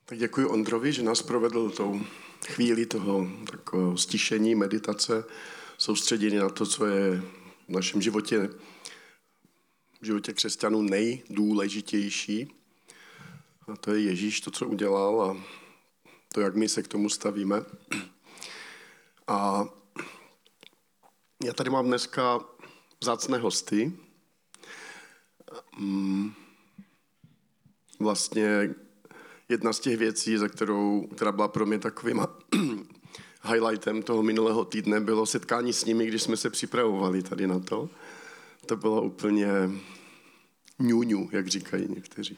Tak děkuji Ondrovi, že nás provedl tou chvíli toho takového stišení, meditace, soustředění na to, co je v našem životě, v životě křesťanů nejdůležitější. A to je Ježíš, to, co udělal a to, jak my se k tomu stavíme. A já tady mám dneska vzácné hosty. Vlastně jedna z těch věcí, která byla pro mě takovým highlightem toho minulého týdne, bylo setkání s nimi, když jsme se připravovali tady na to. To bylo úplně ňuňu, jak říkají někteří.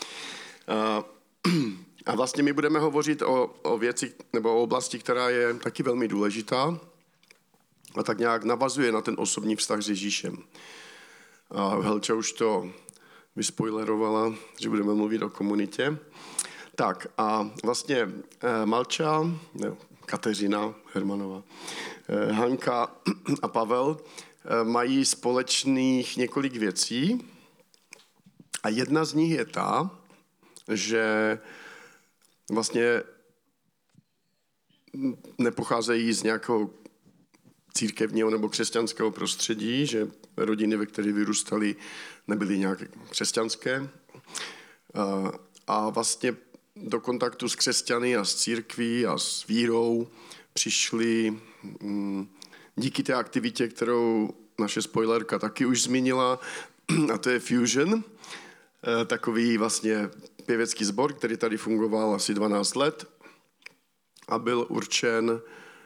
A vlastně my budeme hovořit o věci nebo o oblasti, která je taky velmi důležitá a tak nějak navazuje na ten osobní vztah s Ježíšem. A Helča už to vyspoilerovala, že budeme mluvit o komunitě. Tak a vlastně Malča, Kateřina Hermanová, Hanka a Pavel mají společných několik věcí a jedna z nich je ta, že vlastně nepocházejí z nějakého církevního nebo křesťanského prostředí, že rodiny, ve kterých vyrůstali, nebyly nějak křesťanské. A vlastně do kontaktu s křesťany a s církví a s vírou přišli díky té aktivitě, kterou naše spoilerka taky už zmínila, a to je Fusion, takový vlastně pěvecký sbor, který tady fungoval asi 12 let a byl určen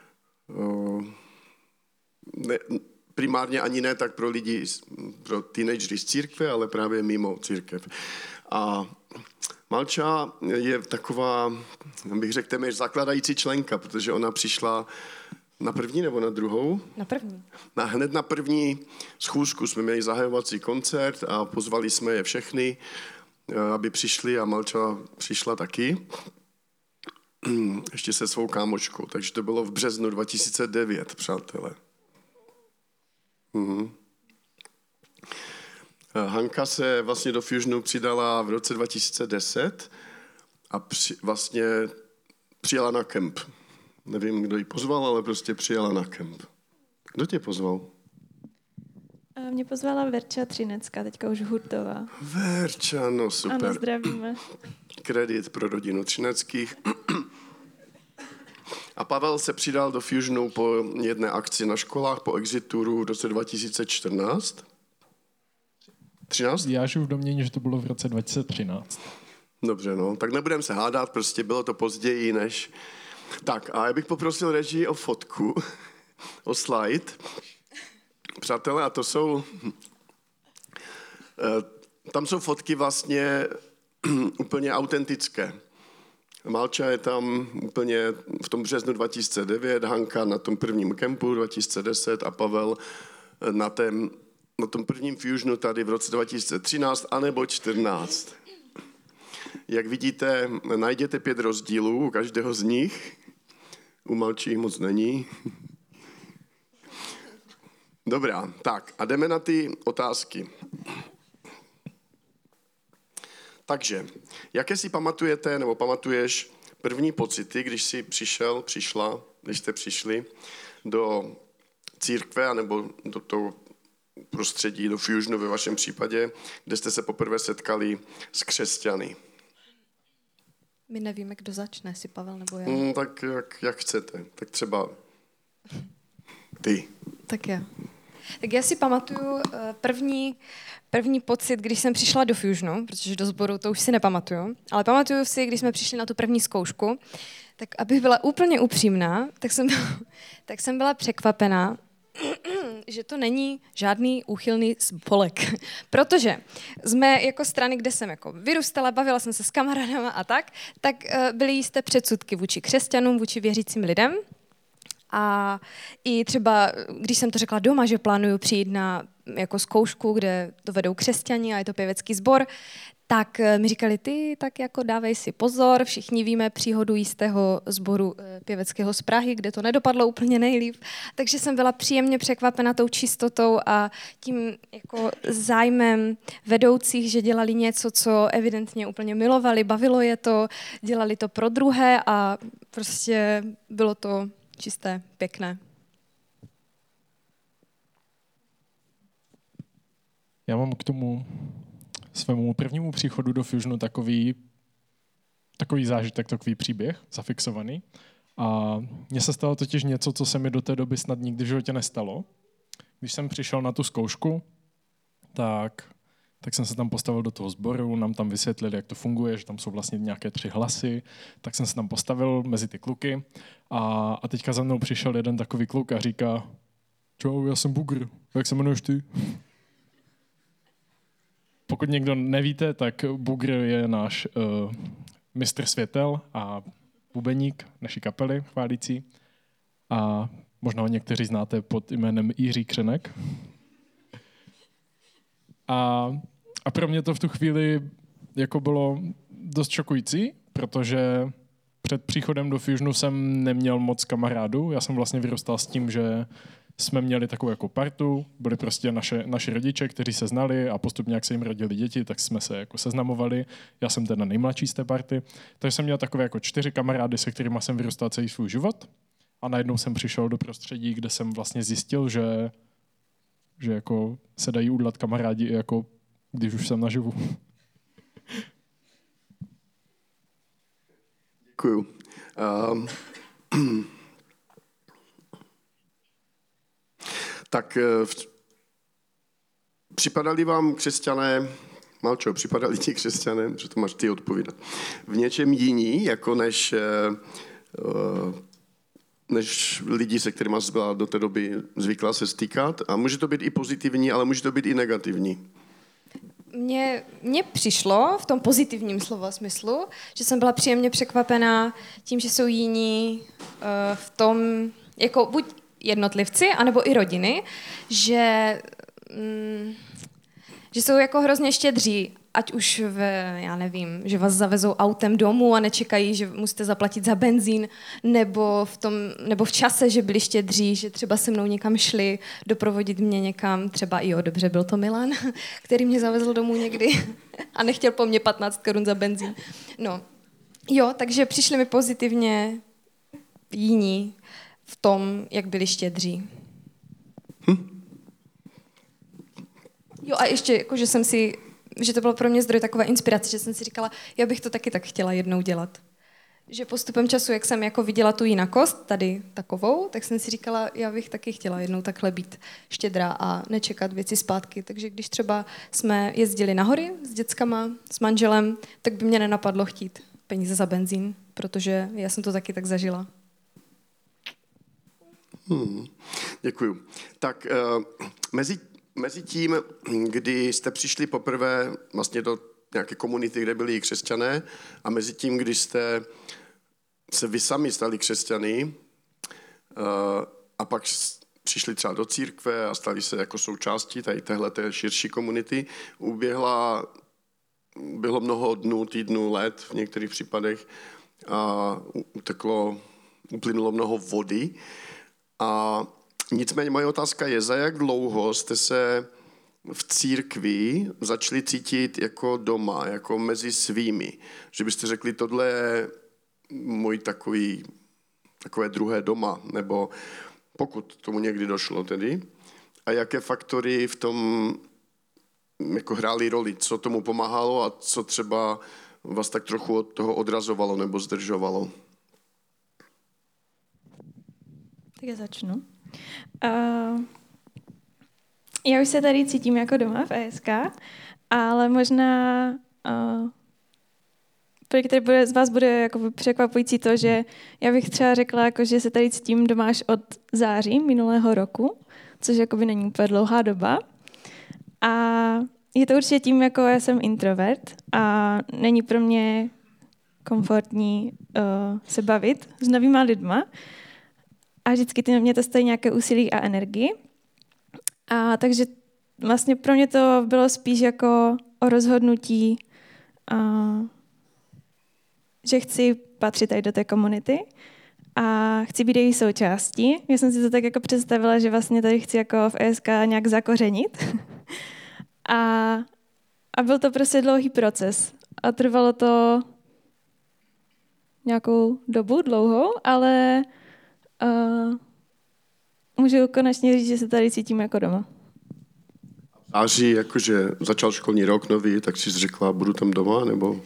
primárně ani ne tak pro lidi, pro teenagery z církve, ale právě mimo církev. A Malča je taková, bych řekl, téměř zakladající členka, protože ona přišla na první nebo na druhou? Na první. Hned na první schůzku jsme měli zahajovací koncert a pozvali jsme je všechny, aby přišli a Malča přišla taky. Ještě se svou kámočkou, takže to bylo v březnu 2009, přátelé. Hanka se vlastně do Fusionu přidala v roce 2010 a vlastně přijela na kemp. Nevím, kdo ji pozval, ale prostě přijela na kemp. Kdo tě pozval? Mě pozvala Verča Třinecka, teďka už Hurtová. Verča, no super. Ano, zdravíme. Kredit pro rodinu Třineckých. A Pavel se přidal do Fusionu po jedné akci na školách, po Exituru v roce 2014. 13? Já žiju v domění, že to bylo v roce 2013. Dobře, no, tak nebudeme se hádat, prostě bylo to později než... Tak, a já bych poprosil režii o fotku, o slide. Přátelé, a to jsou... Tam jsou fotky vlastně úplně autentické. Malča je tam úplně v tom březnu 2009, Hanka na tom prvním kempu 2010 a Pavel na tom prvním Fusionu tady v roce 2013 anebo 14. Jak vidíte, najděte 5 rozdílů u každého z nich. U Malčích moc není. Dobrá, tak a jdeme na ty otázky. Takže, jaké si pamatujete nebo pamatuješ první pocity, když jsi když jste přišli do církve anebo do toho prostředí, do Fusionu ve vašem případě, kde jste se poprvé setkali s křesťany? My nevíme, kdo začne, si Pavel nebo já. Tak jak chcete. Tak třeba ty. Tak já. Tak já si pamatuju první pocit, když jsem přišla do Fusionu, protože do sboru to už si nepamatuju, ale pamatuju si, když jsme přišli na tu první zkoušku, tak abych byla úplně upřímná, tak jsem byla překvapená, že to není žádný úchylný spolek. Protože jsme jako strany, kde jsem jako vyrůstala, bavila jsem se s kamarádama a tak byly jisté předsudky vůči křesťanům, vůči věřícím lidem. A i třeba, když jsem to řekla doma, že plánuju přijít na jako zkoušku, kde to vedou křesťani a je to pěvecký sbor, tak mi říkali, ty tak jako dávej si pozor, všichni víme příhodu jistého sboru pěveckého z Prahy, kde to nedopadlo úplně nejlíp, takže jsem byla příjemně překvapena tou čistotou a tím jako zájmem vedoucích, že dělali něco, co evidentně úplně milovali, bavilo je to, dělali to pro druhé a prostě bylo to čisté, pěkné. Já mám k tomu svému prvnímu příchodu do Fusionu takový zážitek, takový příběh zafixovaný. A mně se stalo totiž něco, co se mi do té doby snad nikdy v životě nestalo. Když jsem přišel na tu zkoušku, tak jsem se tam postavil do toho sboru, nám tam vysvětlili, jak to funguje, že tam jsou vlastně nějaké 3 hlasy, tak jsem se tam postavil mezi ty kluky a teďka za mnou přišel jeden takový kluk a říká: čau, já jsem Bugr, jak se jmenuješ ty? Pokud někdo nevíte, tak Bugr je náš mistr světel a bubeník naší kapely chválící. A možná ho někteří znáte pod jménem Jiří Křenek. A pro mě to v tu chvíli jako bylo dost šokující, protože před příchodem do Fusionu jsem neměl moc kamarádů. Já jsem vlastně vyrůstal s tím, že jsme měli takovou jako partu, byli prostě naši rodiče, kteří se znali a postupně, jak se jim rodili děti, tak jsme se jako seznamovali. Já jsem teda nejmladší z té party, takže jsem měl takové jako 4 kamarády, se kterými jsem vyrůstal celý svůj život. A najednou jsem přišel do prostředí, kde jsem vlastně zjistil, že jako se dají udělat kamarádi i jako když už jsem naživu. Děkuju. Tak připadali vám křesťané, Malčo, připadali ti křesťané, že to máš ty odpovídat, v něčem jiní, jako než lidi, se kterými jsi byla do té doby zvyklá se stýkat? A může to být i pozitivní, ale může to být i negativní. Mně přišlo v tom pozitivním slova smyslu, že jsem byla příjemně překvapená tím, že jsou jiní v tom, jako buď jednotlivci, anebo i rodiny, že jsou jako hrozně štědří, ať už já nevím, že vás zavezou autem domů a nečekají, že musíte zaplatit za benzín, nebo v čase, že byli štědří, že třeba se mnou někam šli, doprovodit mě někam, třeba dobře, byl to Milan, který mě zavezl domů někdy a nechtěl po mně 15 korun za benzín. No, jo, takže přišli mi pozitivně jiní v tom, jak byli štědří. Jo a ještě, jako, že to bylo pro mě zdroj takové inspirace, že jsem si říkala, já bych to taky tak chtěla jednou dělat. Že postupem času, jak jsem jako viděla tu jinakost, tady takovou, tak jsem si říkala, já bych taky chtěla jednou takhle být štědrá a nečekat věci zpátky. Takže když třeba jsme jezdili na hory s dětskama, s manželem, tak by mě nenapadlo chtít peníze za benzín, protože já jsem to taky tak zažila. Děkuju. Tak mezi tím, kdy jste přišli poprvé vlastně do nějaké komunity, kde byli křesťané, a mezi tím, kdy jste se vy sami stali křesťany a pak přišli třeba do církve a stali se jako součástí tady téhleté širší komunity, bylo mnoho dnů, týdnů, let v některých případech a uplynulo mnoho vody. A nicméně moje otázka je, za jak dlouho jste se v církvi začali cítit jako doma, jako mezi svými? Že byste řekli, tohle je můj takové druhé doma, nebo pokud tomu někdy došlo tedy. A jaké faktory v tom jako hrály roli? Co tomu pomáhalo a co třeba vás tak trochu od toho odrazovalo nebo zdržovalo? Tak já začnu. Já už se tady cítím jako doma v ESK, ale možná pro některé z vás bude jako překvapující to, že já bych třeba řekla, jako, že se tady cítím doma až od září minulého roku, což jakoby není úplně dlouhá doba. A je to určitě tím, jako já jsem introvert a není pro mě komfortní se bavit s novýma lidma. A vždycky mě to stojí nějaké úsilí a energii. A takže vlastně pro mě to bylo spíš jako o rozhodnutí že chci patřit tady do té komunity a chci být její součástí. Já jsem si to tak jako představila, že vlastně tady chci jako v ESK nějak zakořenit. A byl to prostě dlouhý proces. A trvalo to nějakou dobu dlouhou, ale můžu konečně říct, že se tady cítím jako doma. Září, jakože začal školní rok nový, tak jsi řekla, budu tam doma, nebo?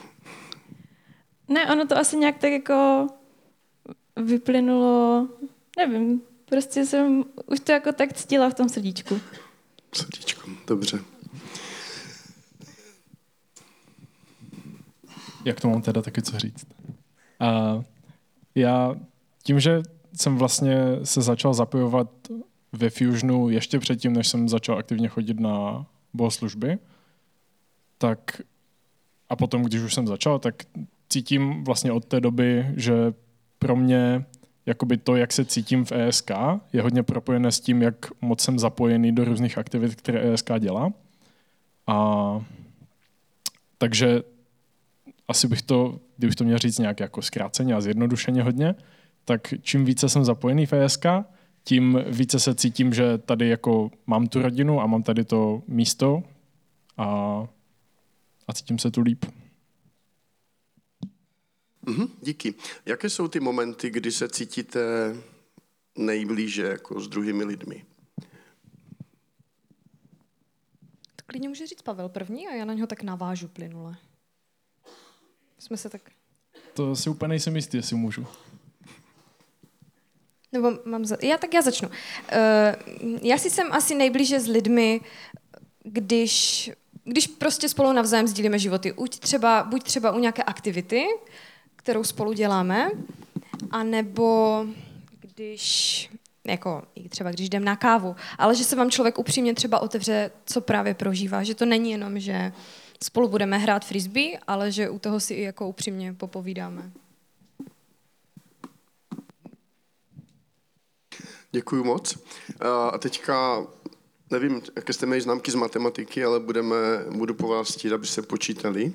Ne, ono to asi nějak tak jako vyplynulo, nevím, prostě jsem už to jako tak cítila v tom srdíčku. Srdíčko, dobře. Jak to mám teda taky co říct? Já tím, že jsem vlastně se začal zapojovat ve Fusionu ještě předtím, než jsem začal aktivně chodit na bohoslužby, tak a potom, když už jsem začal, tak cítím vlastně od té doby, že pro mě jakoby to, jak se cítím v ESK, je hodně propojené s tím, jak moc jsem zapojený do různých aktivit, které ESK dělá. Takže asi kdybych to měl říct nějak jako zkráceně a zjednodušeně hodně, tak čím více jsem zapojený v ESK, tím více se cítím, že tady jako mám tu rodinu a mám tady to místo a cítím se tu líp. Díky. Jaké jsou ty momenty, kdy se cítíte nejblíže jako s druhými lidmi? To klidně může říct Pavel první a já na něho tak navážu plynule. Jsme se tak... To si úplně nejsem jistý, jestli můžu. Nebo já začnu. Já si jsem asi nejblíže s lidmi, když prostě spolu navzájem sdílíme životy. Buď třeba u nějaké aktivity, kterou spolu děláme, anebo když jdem na kávu. Ale že se vám člověk upřímně třeba otevře, co právě prožívá. Že to není jenom, že spolu budeme hrát frisbee, ale že u toho si i jako upřímně popovídáme. Děkuju moc. A teďka, nevím, jaké jste měli známky z matematiky, ale budu po vás chtít, aby se počítali.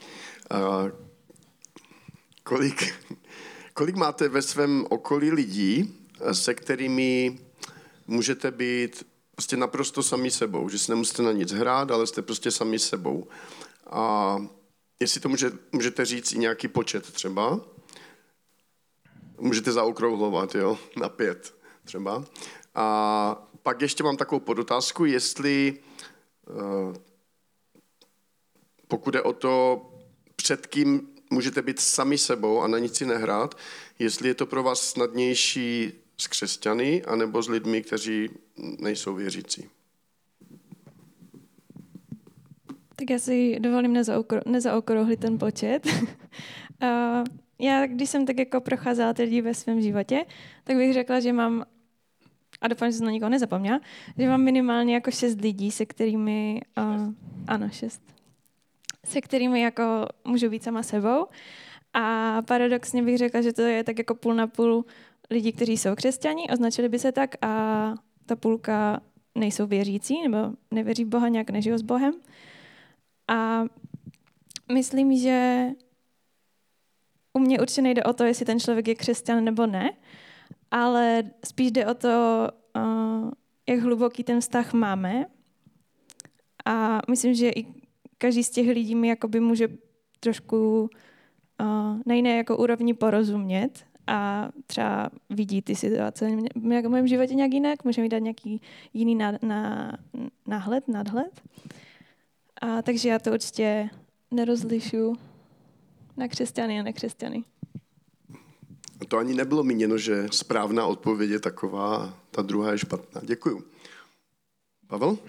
Kolik máte ve svém okolí lidí, se kterými můžete být prostě naprosto sami sebou, že si nemusíte na nic hrát, ale jste prostě sami sebou. A jestli to můžete říct i nějaký počet třeba, můžete zaokrouhlovat, jo, na 5 třeba. A pak ještě mám takovou podotázku, jestli pokud je o to, před kým můžete být sami sebou a na nic si nehrát, jestli je to pro vás snadnější s křesťany anebo s lidmi, kteří nejsou věřící. Tak já si dovolím nezaokrouhlit ten počet. Já, když jsem tak jako procházela ty lidi ve svém životě, tak bych řekla, že mám, a doufám, že jsem na nikoho nezapomněla, že mám minimálně jako 6 lidí, se kterými, 6, se kterými jako můžu být sama sebou. A paradoxně bych řekla, že to je tak jako půl na půl lidí, kteří jsou křesťani, označili by se tak, a ta půlka nejsou věřící, nebo nevěří v Boha, nějak nežijou s Bohem. A myslím, že u mě určitě nejde o to, jestli ten člověk je křesťan nebo ne, ale spíš jde o to, jak hluboký ten vztah máme. A myslím, že i každý z těch lidí mi jakoby může trošku na jiné jako úrovni porozumět a třeba vidí ty situace v mém životě nějak jinak, může mi dát nějaký jiný nadhled. A takže já to určitě nerozlišuju na křesťany a nekřesťany. To ani nebylo míněno, že správná odpověď je taková a ta druhá je špatná. Děkuju. Pavel?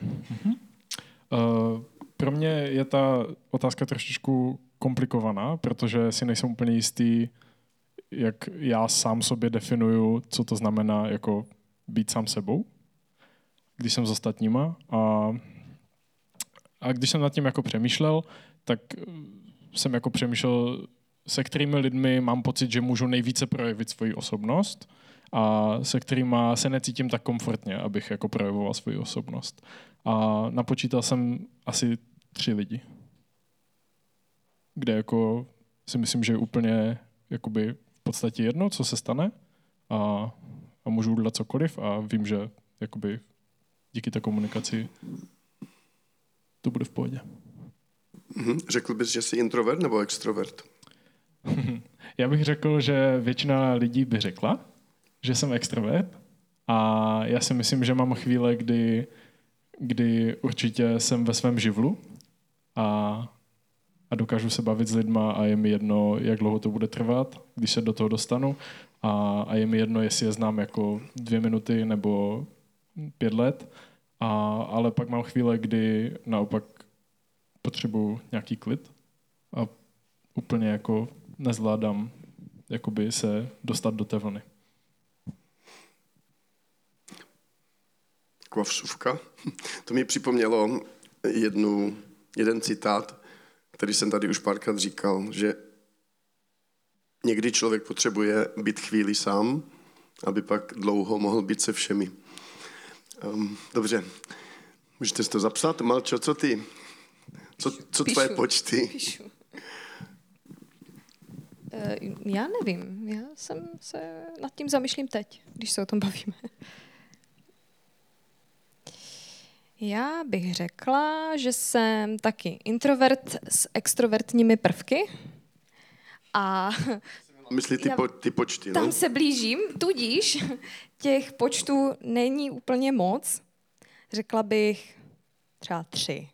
Pro mě je ta otázka trošičku komplikovaná, protože si nejsem úplně jistý, jak já sám sobě definuju, co to znamená jako být sám sebou, když jsem s ostatníma. A když jsem nad tím jako přemýšlel, tak jsem jako přemýšlel, se kterými lidmi mám pocit, že můžu nejvíce projevit svoji osobnost a se kterými se necítím tak komfortně, abych jako projevoval svoji osobnost. A napočítal jsem asi 3 lidi. kde jako si myslím, že je úplně jakoby v podstatě jedno, co se stane a můžu udělat cokoliv a vím, že jakoby díky té komunikaci to bude v pohodě. Řekl bys, že jsi introvert nebo extrovert? Já bych řekl, že většina lidí by řekla, že jsem extrovert a já si myslím, že mám chvíle, kdy určitě jsem ve svém živlu a dokážu se bavit s lidma a je mi jedno, jak dlouho to bude trvat, když se do toho dostanu a je mi jedno, jestli je znám jako 2 minuty nebo 5 let, ale pak mám chvíle, kdy naopak potřebuji nějaký klid a úplně jako nezvládám jakoby se dostat do té vlny. Taková vsuvka. To mi připomnělo jeden citát, který jsem tady už párkrát říkal, že někdy člověk potřebuje být chvíli sám, aby pak dlouho mohl být se všemi. Dobře, můžete si to zapsat. Malčo, co ty? Co tvoje počty? Píšu. Já nevím. Já jsem se nad tím zamýšlím teď, když se o tom bavíme. Já bych řekla, že jsem taky introvert s extrovertními prvky. A myslí ty počty, tam no? se blížím, tudíž těch počtů není úplně moc. Řekla bych třeba 3.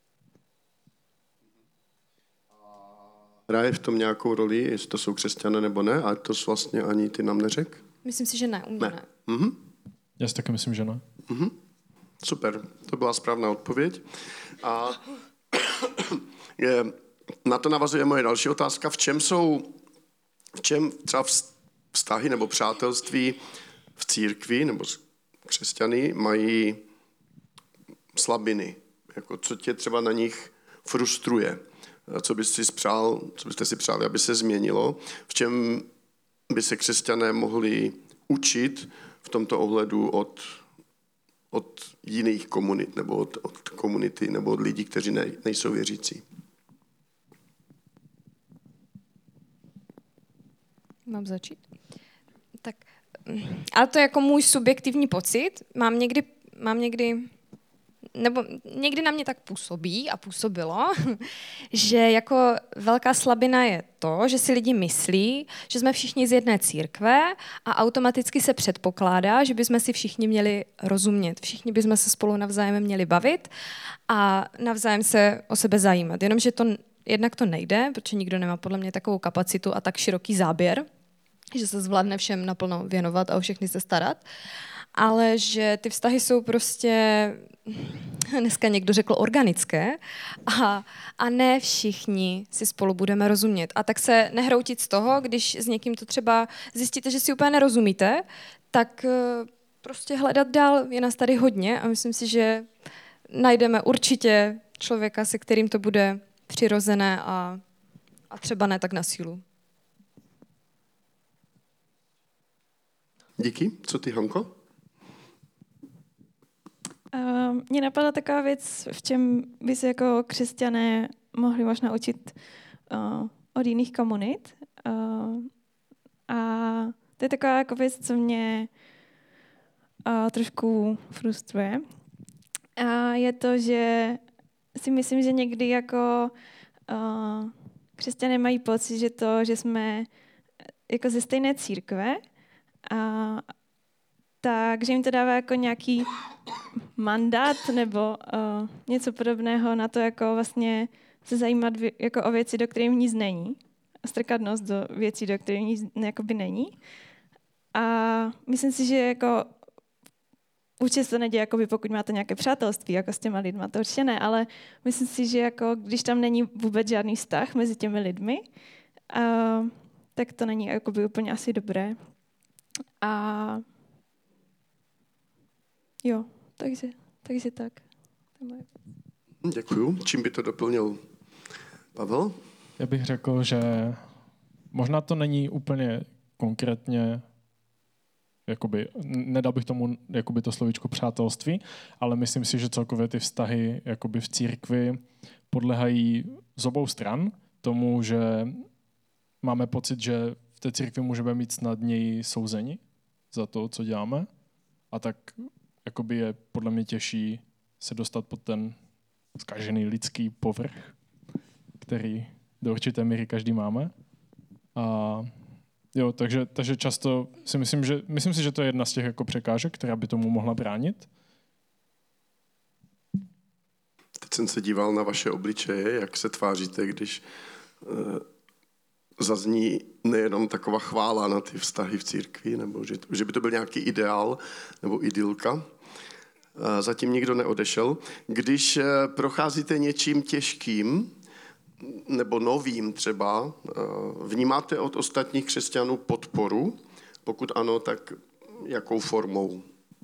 Hraje v tom nějakou roli, jestli to jsou křesťané nebo ne, a to vlastně ani ty nám neřek? Myslím si, že ne, u mě ne. Já si taky myslím, že ne. Super, to byla správná odpověď. A na to navazuje moje další otázka. V čem třeba vztahy nebo přátelství v církvi nebo s křesťany mají slabiny? Jako, co tě třeba na nich frustruje? Co byste si přáli, aby se změnilo? V čem by se křesťané mohli učit v tomto ohledu od jiných komunit, nebo od komunity, nebo od lidí, kteří nejsou věřící? Mám začít? Tak, ale to je jako můj subjektivní pocit. Mám někdy, nebo někdy na mě tak působí a působilo, že jako velká slabina je to, že si lidi myslí, že jsme všichni z jedné církve a automaticky se předpokládá, že bychom si všichni měli rozumět. Všichni bychom se spolu navzájem měli bavit a navzájem se o sebe zajímat. Jenomže jednak to nejde, protože nikdo nemá podle mě takovou kapacitu a tak široký záběr, že se zvládne všem naplno věnovat a o všechny se starat. Ale že ty vztahy jsou prostě, dneska někdo řekl, organické a ne všichni si spolu budeme rozumět. A tak se nehroutit z toho, když s někým to třeba zjistíte, že si úplně nerozumíte, tak prostě hledat dál. Je nás tady hodně a myslím si, že najdeme určitě člověka, se kterým to bude přirozené a třeba ne tak na sílu. Díky. Co ty, Hanko? Mně napadla taková věc, v čem by se jako křesťané mohli možná učit od jiných komunit. A to je taková jako věc, co mě trošku frustruje. A je to, že si myslím, že někdy jako křesťané mají pocit, že jsme jako ze stejné církve, takže jim to dává jako nějaký mandát nebo něco podobného na to, jako vlastně se zajímat jako o věci, do kterých nic není. A strkat nos do věcí, do kterých nic jakoby není. A myslím si, že jako určitě se to neděje, jakoby, pokud máte nějaké přátelství jako s těma lidma, to určitě ne, ale myslím si, že jako, když tam není vůbec žádný vztah mezi těmi lidmi, tak to není jakoby úplně asi dobré. A jo, takže tak. Děkuju. Čím by to doplnil Pavel? Já bych řekl, že možná to není úplně konkrétně, jakoby, nedal bych tomu jakoby to slovíčko přátelství, ale myslím si, že celkově ty vztahy jakoby v církvi podléhají z obou stran tomu, že máme pocit, že v té církvi můžeme mít snadněji souzeni za to, co děláme. A tak jakoby je podle mě těžší se dostat pod ten zkažený lidský povrch, který do určité míry každý máme. A jo, takže často myslím si, že to je jedna z těch jako překážek, která by tomu mohla bránit. Teď jsem se díval na vaše obličeje, jak se tváříte, když zazní nejenom taková chvála na ty vztahy v církvi, nebo že by to byl nějaký ideál nebo idylka. Zatím nikdo neodešel. Když procházíte něčím těžkým nebo novým třeba, vnímáte od ostatních křesťanů podporu? Pokud ano, tak jakou formou?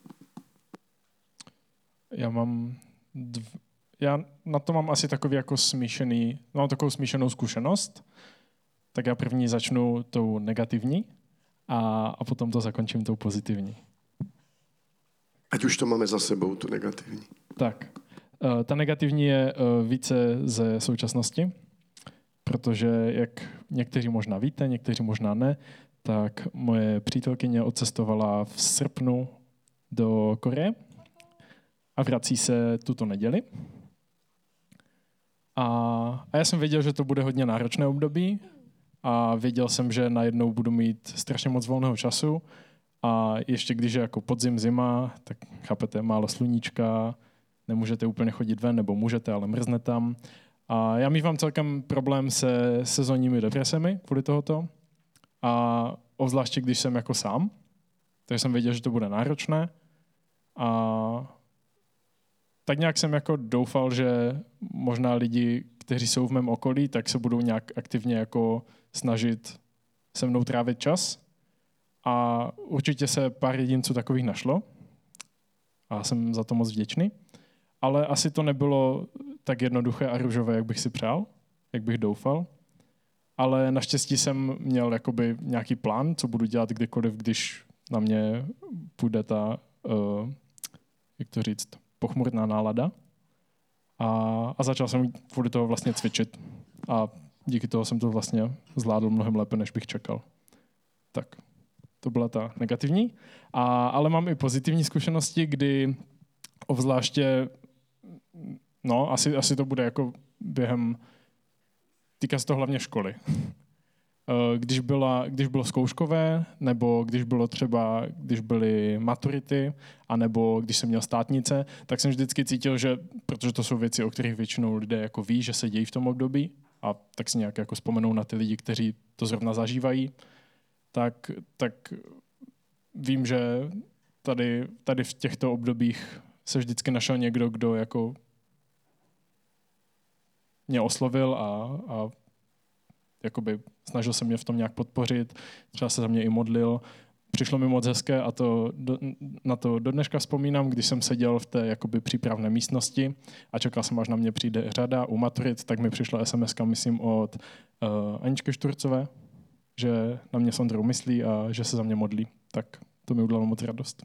Já na to mám asi takový jako takovou smíšenou zkušenost. Tak já první začnu tou negativní a potom to zakončím tou pozitivní. Ať už to máme za sebou, tu negativní. Tak, ta negativní je více ze současnosti, protože jak někteří možná víte, někteří možná ne, tak moje přítelkyně odcestovala v srpnu do Koreje a vrací se tuto neděli. A já jsem věděl, že to bude hodně náročné období a věděl jsem, že najednou budu mít strašně moc volného času a ještě když je jako podzim, zima, tak chápete, málo sluníčka, nemůžete úplně chodit ven, nebo můžete, ale mrzne tam. A já mívám celkem problém se sezónními depresemi kvůli tohoto. A obzvláště, když jsem jako sám, takže jsem věděl, že to bude náročné. A tak nějak jsem jako doufal, že možná lidi, kteří jsou v mém okolí, tak se budou nějak aktivně jako snažit se mnou trávit čas. A určitě se pár jedinců takových našlo. A jsem za to moc vděčný. Ale asi to nebylo tak jednoduché a růžové, jak bych si přál, jak bych doufal. Ale naštěstí jsem měl jakoby nějaký plán, co budu dělat kdykoliv, když na mě půjde ta, jak to říct, pochmurná nálada. A začal jsem kvůli toho vlastně cvičit. A díky toho jsem to vlastně zvládl mnohem lépe, než bych čekal. Tak, to byla ta negativní. Ale mám i pozitivní zkušenosti, kdy obzvláště, asi to bude jako týká se to hlavně školy. Když bylo zkouškové, nebo když byly maturity, anebo když jsem měl státnice, tak jsem vždycky cítil, že, protože to jsou věci, o kterých většinou lidé jako ví, že se dějí v tom období, a tak si nějak jako vzpomenou na ty lidi, kteří to zrovna zažívají, tak vím, že tady v těchto obdobích se vždycky našel někdo, kdo jako mě oslovil a jakoby snažil se mě v tom nějak podpořit, třeba se za mě i modlil. Přišlo mi moc hezké a na to do dneška vzpomínám, když jsem seděl v té jakoby přípravné místnosti a čekal jsem, až na mě přijde řada u maturit, tak mi přišla SMS-ka, myslím, od Aničky Šturcové, že na mě s Ondrou myslí a že se za mě modlí. Tak to mi udělalo moc radost.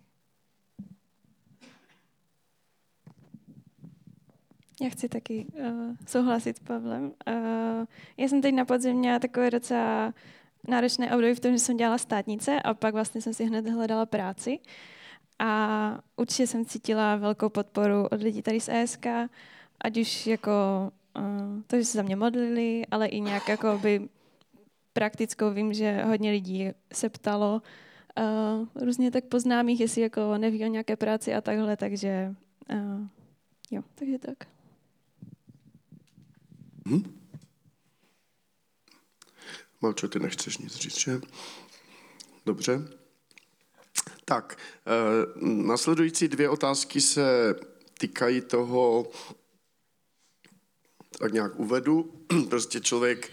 Já chci taky souhlasit s Pavlem. Já jsem teď na podzim měla takové docela náročné období v tom, že jsem dělala státnice a pak vlastně jsem si hned hledala práci. A určitě jsem cítila velkou podporu od lidí tady z ESK, ať už jako to, že se za mě modlili, ale i nějak jakoby praktickou. Vím, že hodně lidí se ptalo různě tak poznámých, jestli jako neví o nějaké práci a takhle, takže jo, takže tak. Malčo, ty nechceš nic říct, že? Dobře. Tak, následující dvě otázky se týkají toho, tak nějak uvedu, prostě člověk,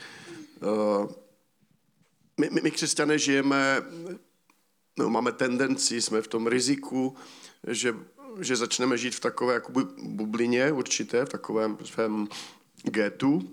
my křesťané žijeme, máme tendenci, jsme v tom riziku, že začneme žít v takové jakoby bublině určité, v takovém svém gétu,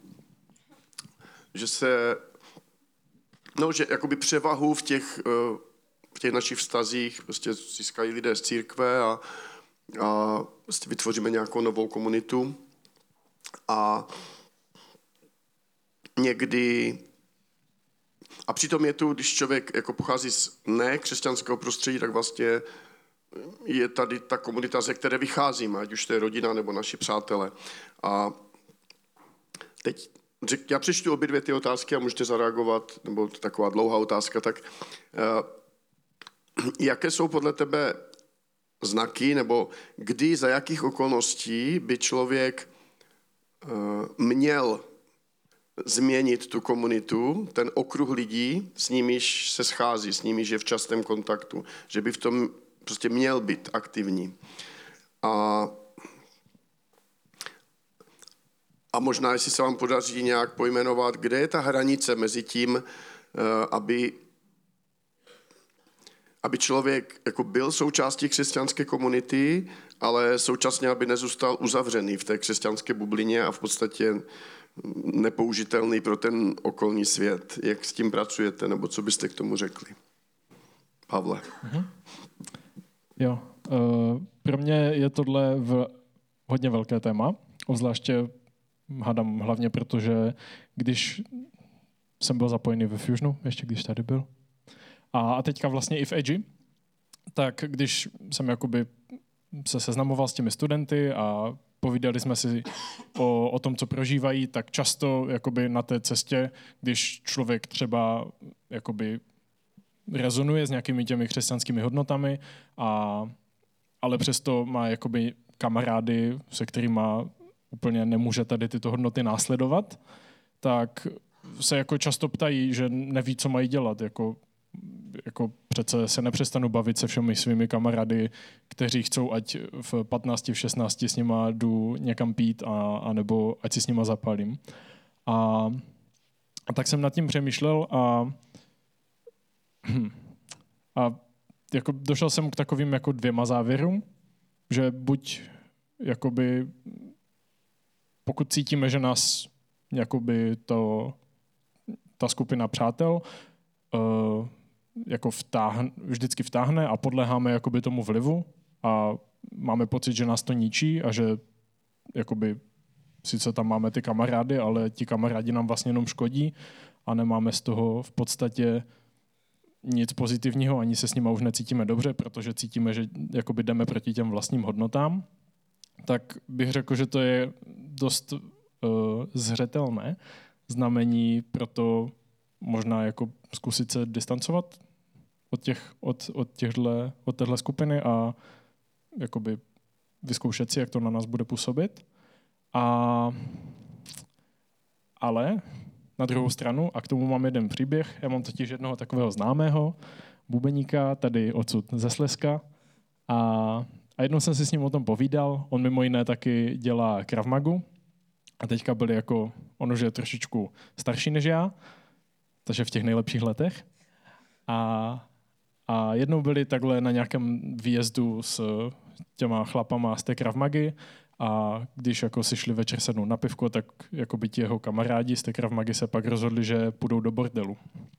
že jakoby převahu v těch našich vztazích prostě získají lidé z církve a prostě vytvoříme nějakou novou komunitu. A někdy... A přitom je tu, když člověk jako pochází z nekřesťanského prostředí, tak vlastně je tady ta komunita, ze které vycházíme, ať už to je rodina nebo naši přátelé. A teď já přečtu obě dvě ty otázky a můžete zareagovat, nebo taková dlouhá otázka, tak jaké jsou podle tebe znaky, nebo kdy, za jakých okolností by člověk měl změnit tu komunitu, ten okruh lidí, s nimiž se schází, s nimiž je v častém kontaktu, že by v tom prostě měl být aktivní. A možná, jestli se vám podaří nějak pojmenovat, kde je ta hranice mezi tím, aby člověk jako byl součástí křesťanské komunity, ale současně, aby nezůstal uzavřený v té křesťanské bublině a v podstatě nepoužitelný pro ten okolní svět. Jak s tím pracujete, nebo co byste k tomu řekli? Pavle. Jo, pro mě je tohle hodně velké téma, obzvláště hádám hlavně, protože když jsem byl zapojený ve Fusionu, ještě když tady byl, a teďka vlastně i v Edgy, tak když jsem jakoby se seznamoval s těmi studenty a povídali jsme si o tom, co prožívají, tak často jakoby na té cestě, když člověk třeba jakoby rezonuje s nějakými těmi křesťanskými hodnotami, ale přesto má jakoby kamarády, se kterými úplně nemůže tady tyto hodnoty následovat, tak se jako často ptají, že neví, co mají dělat. Jako přece se nepřestanu bavit se všemi svými kamarády, kteří chcou, ať v 15, v 16 s nima jdu někam pít, a nebo ať si s nima zapálím. A tak jsem nad tím přemýšlel a jako došel jsem k takovým jako 2 závěrům, že buď jakoby pokud cítíme, že nás jakoby ta skupina přátel jako vždycky vtáhne a podléháme jakoby tomu vlivu a máme pocit, že nás to ničí a že jakoby sice tam máme ty kamarády, ale ti kamarádi nám vlastně jenom škodí a nemáme z toho v podstatě nic pozitivního, ani se s nima už necítíme dobře, protože cítíme, že jakoby jdeme proti těm vlastním hodnotám, tak bych řekl, že to je dost zřetelné znamení pro to možná jako zkusit se distancovat od téhle skupiny a jakoby vyzkoušet si, jak to na nás bude působit. Ale na druhou stranu, a k tomu mám jeden příběh, já mám totiž jednoho takového známého bubeníka, tady odsud ze Slezska, a jednou jsem si s ním o tom povídal, on mimo jiné taky dělá Krav Magu a teďka byl jako, on už je trošičku starší než já, takže v těch nejlepších letech. A jednou byli takhle na nějakém výjezdu s těma chlapama z té Krav Magy a když jako si šli večer sednout na pivko, tak jako by ti jeho kamarádi z té Krav Magy se pak rozhodli, že půjdou do bordelu.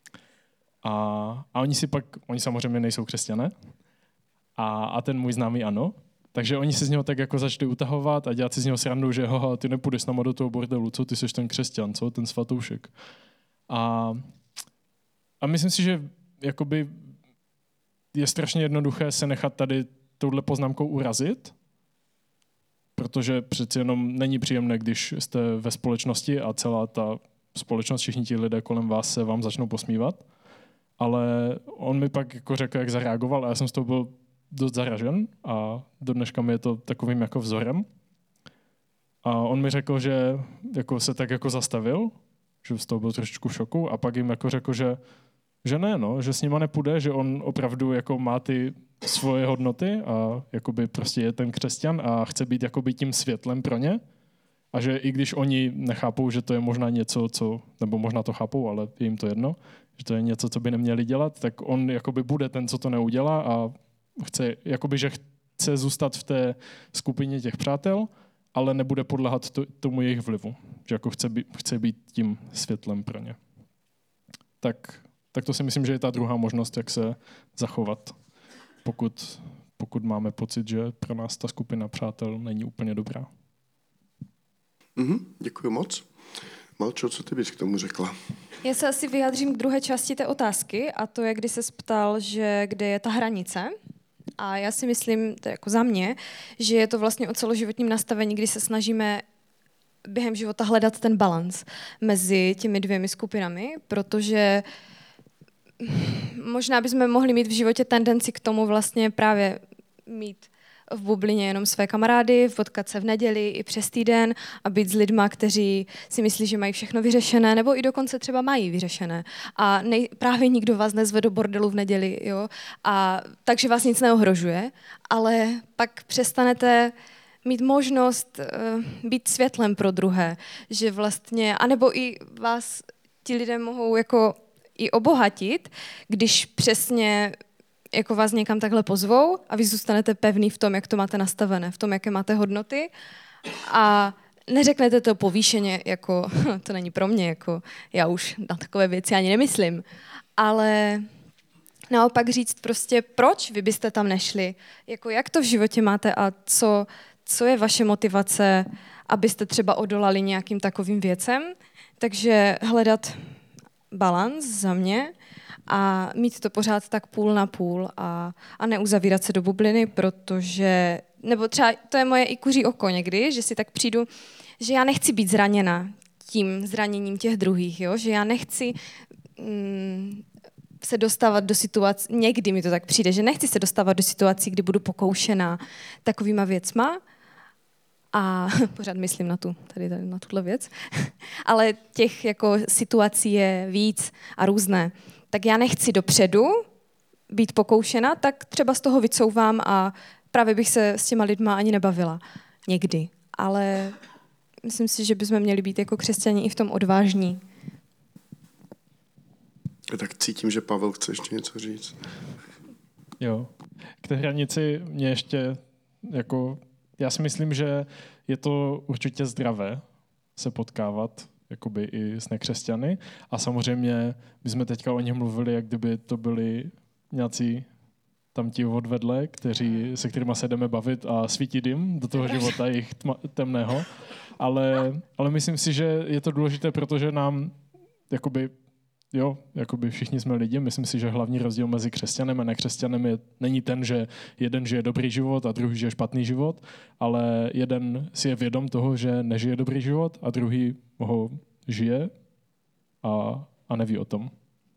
A oni samozřejmě nejsou křesťané, a ten můj známý ano. Takže oni se z něho tak jako začali utahovat a dělat si z něho srandu, že haha, ty nepůjdeš s náma do toho bordelu, co, ty jsi ten křesťan, co, ten svatoušek. A myslím si, že jakoby je strašně jednoduché se nechat tady touhle poznámkou urazit, protože přeci jenom není příjemné, když jste ve společnosti a celá ta společnost, všichni ti lidé kolem vás se vám začnou posmívat. Ale on mi pak jako řekl, jak zareagoval a já jsem z toho byl dost zaražen a do dneška mi je to takovým jako vzorem. A on mi řekl, že jako se tak jako zastavil, že z toho byl trošičku v šoku a pak jim jako řekl, že ne, no, že s nima nepůjde, že on opravdu jako má ty svoje hodnoty a jakoby prostě je ten křesťan a chce být jakoby tím světlem pro ně a že i když oni nechápou, že to je možná něco, nebo možná to chápou, ale je jim to jedno, že to je něco, co by neměli dělat, tak on jakoby bude ten, co to neudělá a že chce zůstat v té skupině těch přátel, ale nebude podléhat tomu jejich vlivu. Že jako chce být tím světlem pro ně. Tak to si myslím, že je ta druhá možnost, jak se zachovat, pokud máme pocit, že pro nás ta skupina přátel není úplně dobrá. Děkuji moc. Malčo, co ty bys k tomu řekla? Já se asi vyjádřím k druhé části té otázky a to je, kdy se ptal, že kde je ta hranice. A já si myslím, to je jako za mě, že je to vlastně o celoživotním nastavení, kdy se snažíme během života hledat ten balans mezi těmi dvěmi skupinami, protože možná bychom mohli mít v životě tendenci k tomu vlastně právě mít v bublině jenom své kamarády, potkat se v neděli i přes týden a být s lidma, kteří si myslí, že mají všechno vyřešené, nebo i dokonce třeba mají vyřešené. A právě nikdo vás nezve do bordelu v neděli, jo? A takže vás nic neohrožuje, ale pak přestanete mít možnost být světlem pro druhé, že vlastně, anebo i vás ti lidé mohou jako i obohatit, když přesně jako vás někam takhle pozvou a vy zůstanete pevný v tom, jak to máte nastavené, v tom, jaké máte hodnoty a neřeknete to povýšeně, jako to není pro mě, jako já už na takové věci ani nemyslím, ale naopak říct prostě, proč vy byste tam nešli, jako jak to v životě máte a co je vaše motivace, abyste třeba odolali nějakým takovým věcem, takže hledat balans za mě a mít to pořád tak půl na půl a neuzavírat se do bubliny, protože, nebo třeba to je moje i kuří oko někdy, že si tak přijdu, že já nechci být zraněna tím zraněním těch druhých, jo? Že já nechci se dostávat do situací, někdy mi to tak přijde, že nechci se dostávat do situací, kdy budu pokoušená takovýma věcma, a pořád myslím na tuhle věc, ale těch jako situací je víc a různé. Tak já nechci dopředu být pokoušena, tak třeba z toho vycouvám a právě bych se s těma lidma ani nebavila. Někdy. Ale myslím si, že bychom měli být jako křesťani i v tom odvážní. Tak cítím, že Pavel chce ještě něco říct. Jo. K té hranici mě ještě jako... Já si myslím, že je to určitě zdravé se potkávat jakoby i s nekřesťany a samozřejmě my jsme teďka o nich mluvili, jak kdyby to byli nějací tam ti odvedle, se kterými se jdeme bavit a svítit jim do toho života jejich temného, ale myslím si, že je to důležité, protože nám jakoby všichni jsme lidi. Myslím si, že hlavní rozdíl mezi křesťanem a nekřesťanem není ten, že jeden žije dobrý život a druhý žije špatný život, ale jeden si je vědom toho, že nežije dobrý život a druhý ho žije a neví o tom.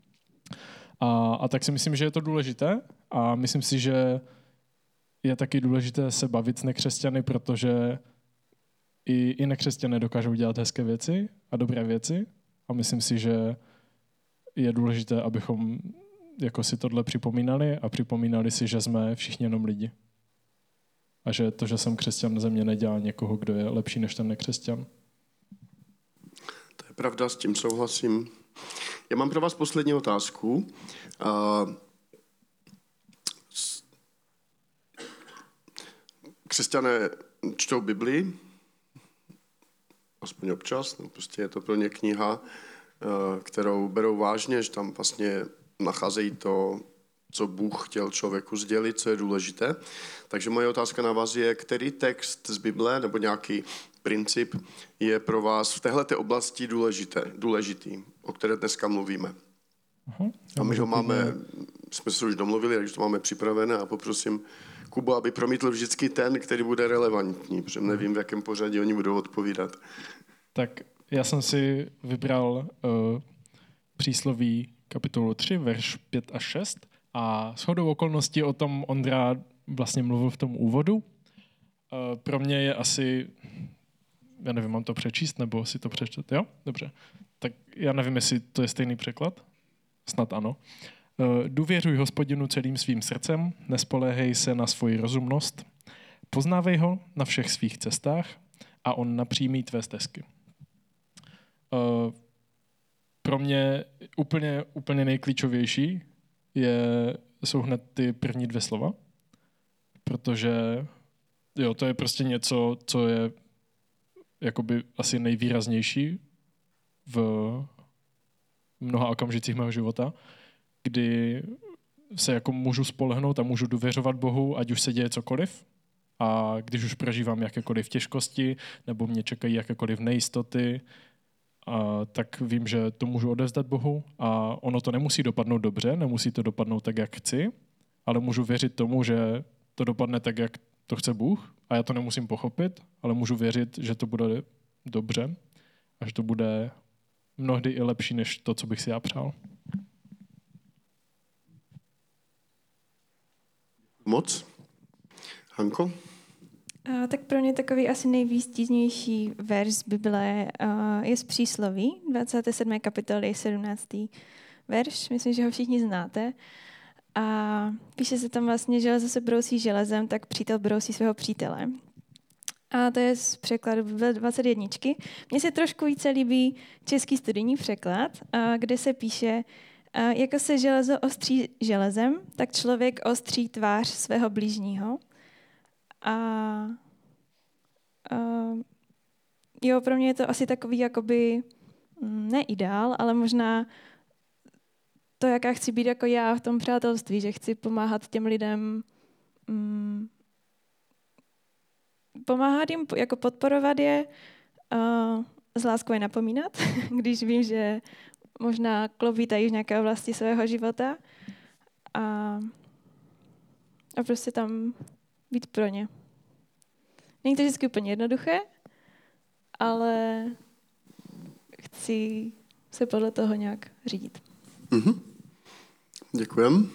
A tak si myslím, že je to důležité a myslím si, že je taky důležité se bavit s nekřesťany, protože i nekřesťané dokážou dělat hezké věci a dobré věci a myslím si, že je důležité, abychom jako si tohle připomínali a připomínali si, že jsme všichni jenom lidi. A že to, že jsem křesťan, ze mě nedělá někoho, kdo je lepší než ten nekřesťan. To je pravda, s tím souhlasím. Já mám pro vás poslední otázku. Křesťané čtou Bibli, aspoň občas, no prostě je to pro ně kniha, kterou berou vážně, že tam vlastně nacházejí to, co Bůh chtěl člověku sdělit, co je důležité. Takže moje otázka na vás je, který text z Bible nebo nějaký princip je pro vás v téhleté oblasti důležitý, o které dneska mluvíme. A my ho jsme se už domluvili, takže to máme připravené a poprosím Kubu, aby promítl vždycky ten, který bude relevantní, protože nevím, v jakém pořadí oni budou odpovídat. Tak já jsem si vybral přísloví kapitolu 3, verš 5 až 6 a shodou okolností o tom Ondra vlastně mluvil v tom úvodu. Pro mě je asi, já nevím, mám to přečíst, nebo si to přečtet, jo? Dobře. Tak já nevím, jestli to je stejný překlad. Snad ano. Důvěřuj Hospodinu celým svým srdcem, nespoléhej se na svoji rozumnost, poznávej ho na všech svých cestách a on napřímí tvé stezky. Pro mě úplně nejklíčovější jsou hned ty první dvě slova, protože to je prostě něco, co je jakoby asi nejvýraznější v mnoha okamžicích mého života, kdy se jako můžu spolehnout a můžu důvěřovat Bohu, ať už se děje cokoliv. A když už prožívám jakékoliv těžkosti, nebo mě čekají jakékoliv nejistoty, tak vím, že to můžu odevzdat Bohu a ono to nemusí dopadnout dobře, nemusí to dopadnout tak, jak chci, ale můžu věřit tomu, že to dopadne tak, jak to chce Bůh a já to nemusím pochopit, ale můžu věřit, že to bude dobře a že to bude mnohdy i lepší, než to, co bych si já přál. Moc? Hanko? Tak pro mě takový asi nejvýstižnější verš z Bible je z Přísloví, 27. kapitoly, 17. verš. Myslím, že ho všichni znáte. A píše se tam vlastně, že železo se brousí železem, tak přítel brousí svého přítele. A to je z překladu 21. Mně se trošku více líbí český studijní překlad, kde se píše, jako se železo ostří železem, tak člověk ostří tvář svého blížního. Jo, pro mě je to asi takový jakoby ne ideál, ale možná to, jaká chci být jako já v tom přátelství, že chci pomáhat těm lidem, pomáhat jim, jako podporovat je, s láskou je napomínat, když vím, že možná klopítají v nějaké oblasti svého života a prostě tam být pro ně. Není to vždycky úplně jednoduché, ale chci se podle toho nějak řídit. Mhm. Děkujem.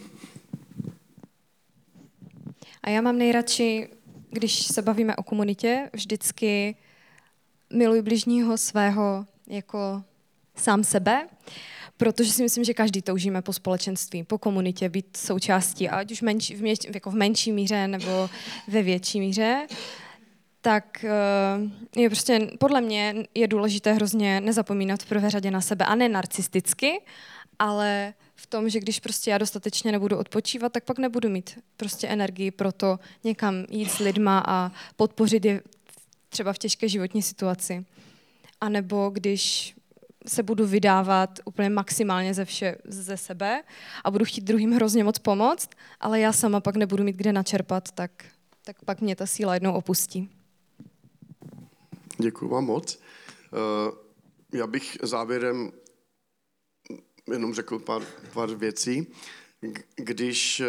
A já mám nejradši, když se bavíme o komunitě, vždycky miluji bližního svého jako sám sebe, protože si myslím, že každý toužíme po společenství, po komunitě, být součástí, ať už v menší míře nebo ve větší míře, tak je prostě podle mě je důležité hrozně nezapomínat v prvé řadě na sebe a ne narcisticky, ale v tom, že když prostě já dostatečně nebudu odpočívat, tak pak nebudu mít prostě energii pro to někam jít s lidma a podpořit je třeba v těžké životní situaci. A nebo když se budu vydávat úplně maximálně ze sebe a budu chtít druhým hrozně moc pomoct, ale já sama pak nebudu mít kde načerpat, tak pak mě ta síla jednou opustí. Děkuji vám moc. Já bych závěrem jenom řekl pár věcí. Když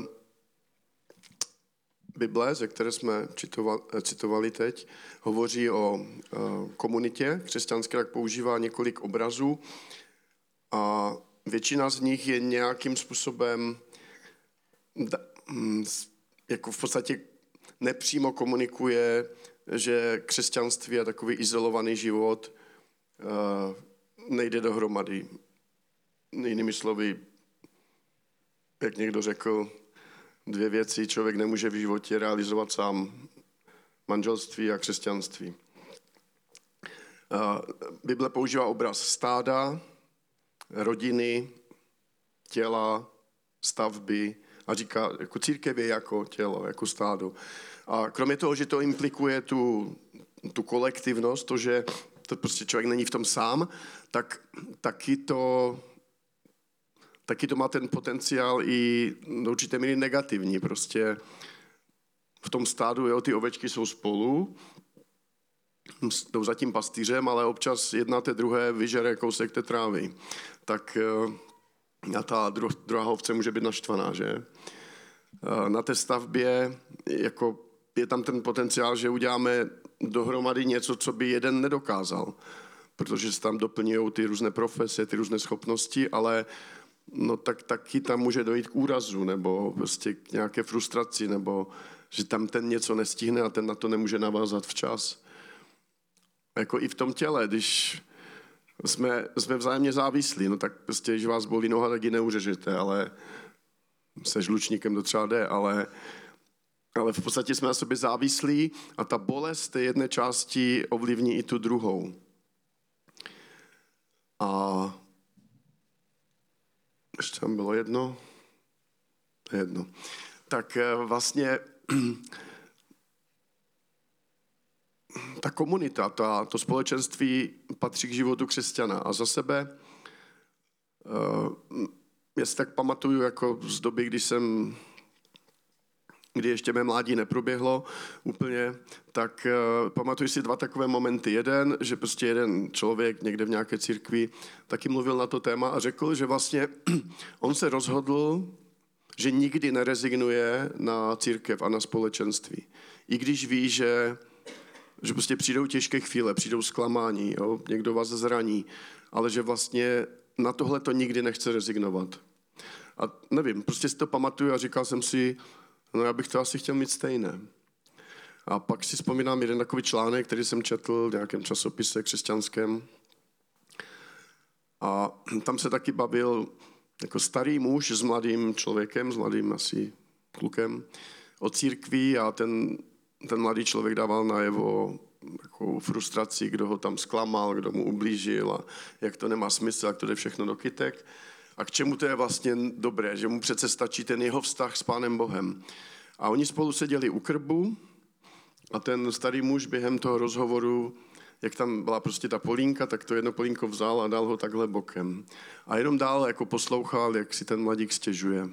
Bible, ze které jsme citovali teď, hovoří o komunitě křesťanské, tak používá několik obrazů a většina z nich je nějakým způsobem jako v podstatě nepřímo komunikuje, že křesťanství je takový izolovaný život, nejde dohromady. Jinými slovy, jak někdo řekl, 2 věci člověk nemůže v životě realizovat sám. Manželství a křesťanství. Bible používá obraz stáda, rodiny, těla, stavby a říká, jako církev je jako tělo, jako stádo. A kromě toho, že to implikuje tu kolektivnost, to, že to prostě člověk není v tom sám, tak taky to má ten potenciál i do určité míry negativní. Prostě v tom stádu, jo, ty ovečky jsou spolu, jdou za tím pastýřem, ale občas jedna té druhé vyžere kousek té trávy. Tak a ta druhá ovce může být naštvaná, že? Na té stavbě jako je tam ten potenciál, že uděláme dohromady něco, co by jeden nedokázal. Protože se tam doplňují ty různé profese, ty různé schopnosti, ale no tak taky tam může dojít k úrazu nebo prostě k nějaké frustraci, nebo že tam ten něco nestihne a ten na to nemůže navázat včas. Jako i v tom těle, když jsme vzájemně závislí, no tak prostě, když vás bolí noha, tak ji neuřežete, ale se žlučníkem to třeba jde, ale v podstatě jsme na sobě závislí a ta bolest té jedné části ovlivní i tu druhou. A ještě tam bylo jedno. Tak vlastně ta komunita, to společenství patří k životu křesťana a za sebe já si tak pamatuju jako z doby, kdy jsem kdy ještě mé mládí neproběhlo úplně, tak pamatuju si 2 takové momenty. Jeden, že prostě jeden člověk někde v nějaké církvi taky mluvil na to téma a řekl, že vlastně on se rozhodl, že nikdy nerezignuje na církev a na společenství. I když ví, že prostě přijdou těžké chvíle, přijdou zklamání, jo? Někdo vás zraní, ale že vlastně na tohle to nikdy nechce rezignovat. A nevím, prostě si to pamatuju a říkal jsem si, no já bych to asi chtěl mít stejné. A pak si vzpomínám jeden takový článek, který jsem četl v nějakém časopise křesťanském. A tam se taky bavil jako starý muž s mladým člověkem, s mladým asi klukem o církvi a ten mladý člověk dával najevo takovou frustraci, kdo ho tam zklamal, kdo mu ublížil a jak to nemá smysl, jak to jde všechno do kytek. A k čemu to je vlastně dobré, že mu přece stačí ten jeho vztah s Pánem Bohem. A oni spolu seděli u krbu a ten starý muž během toho rozhovoru, jak tam byla prostě ta polínka, tak to jedno polínko vzal a dal ho takhle bokem. A jenom dál jako poslouchal, jak si ten mladík stěžuje.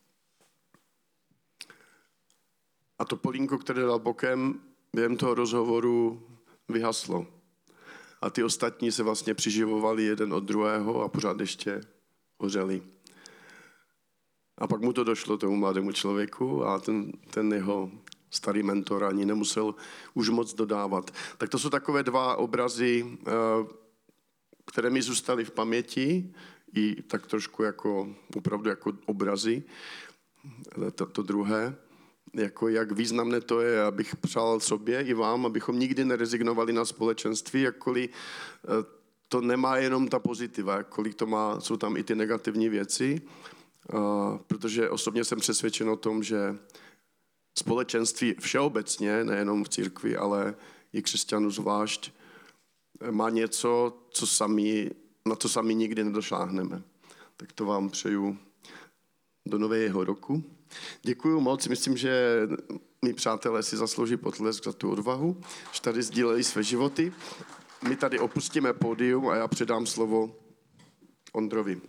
A to polínko, které dal bokem, během toho rozhovoru vyhaslo. A ty ostatní se vlastně přiživovali jeden od druhého a pořád ještě hořeli. A pak mu to došlo, tomu mladému člověku, a ten jeho starý mentor ani nemusel už moc dodávat. Tak to jsou takové 2 obrazy, které mi zůstaly v paměti, i tak trošku jako, opravdu jako obrazy. To druhé, jako jak významné to je, abych přál sobě i vám, abychom nikdy nerezignovali na společenství, jakkoliv to nemá jenom ta pozitiva, jakkoliv to má, jsou tam i ty negativní věci, protože osobně jsem přesvědčen o tom, že společenství všeobecně, nejenom v církvi, ale i křesťanů zvlášť, má něco, na co sami nikdy nedošáhneme. Tak to vám přeju do nového roku. Děkuju moc, myslím, že mý přátelé si zaslouží potlesk za tu odvahu, že tady sdíleli své životy. My tady opustíme pódium a já předám slovo Ondrovi.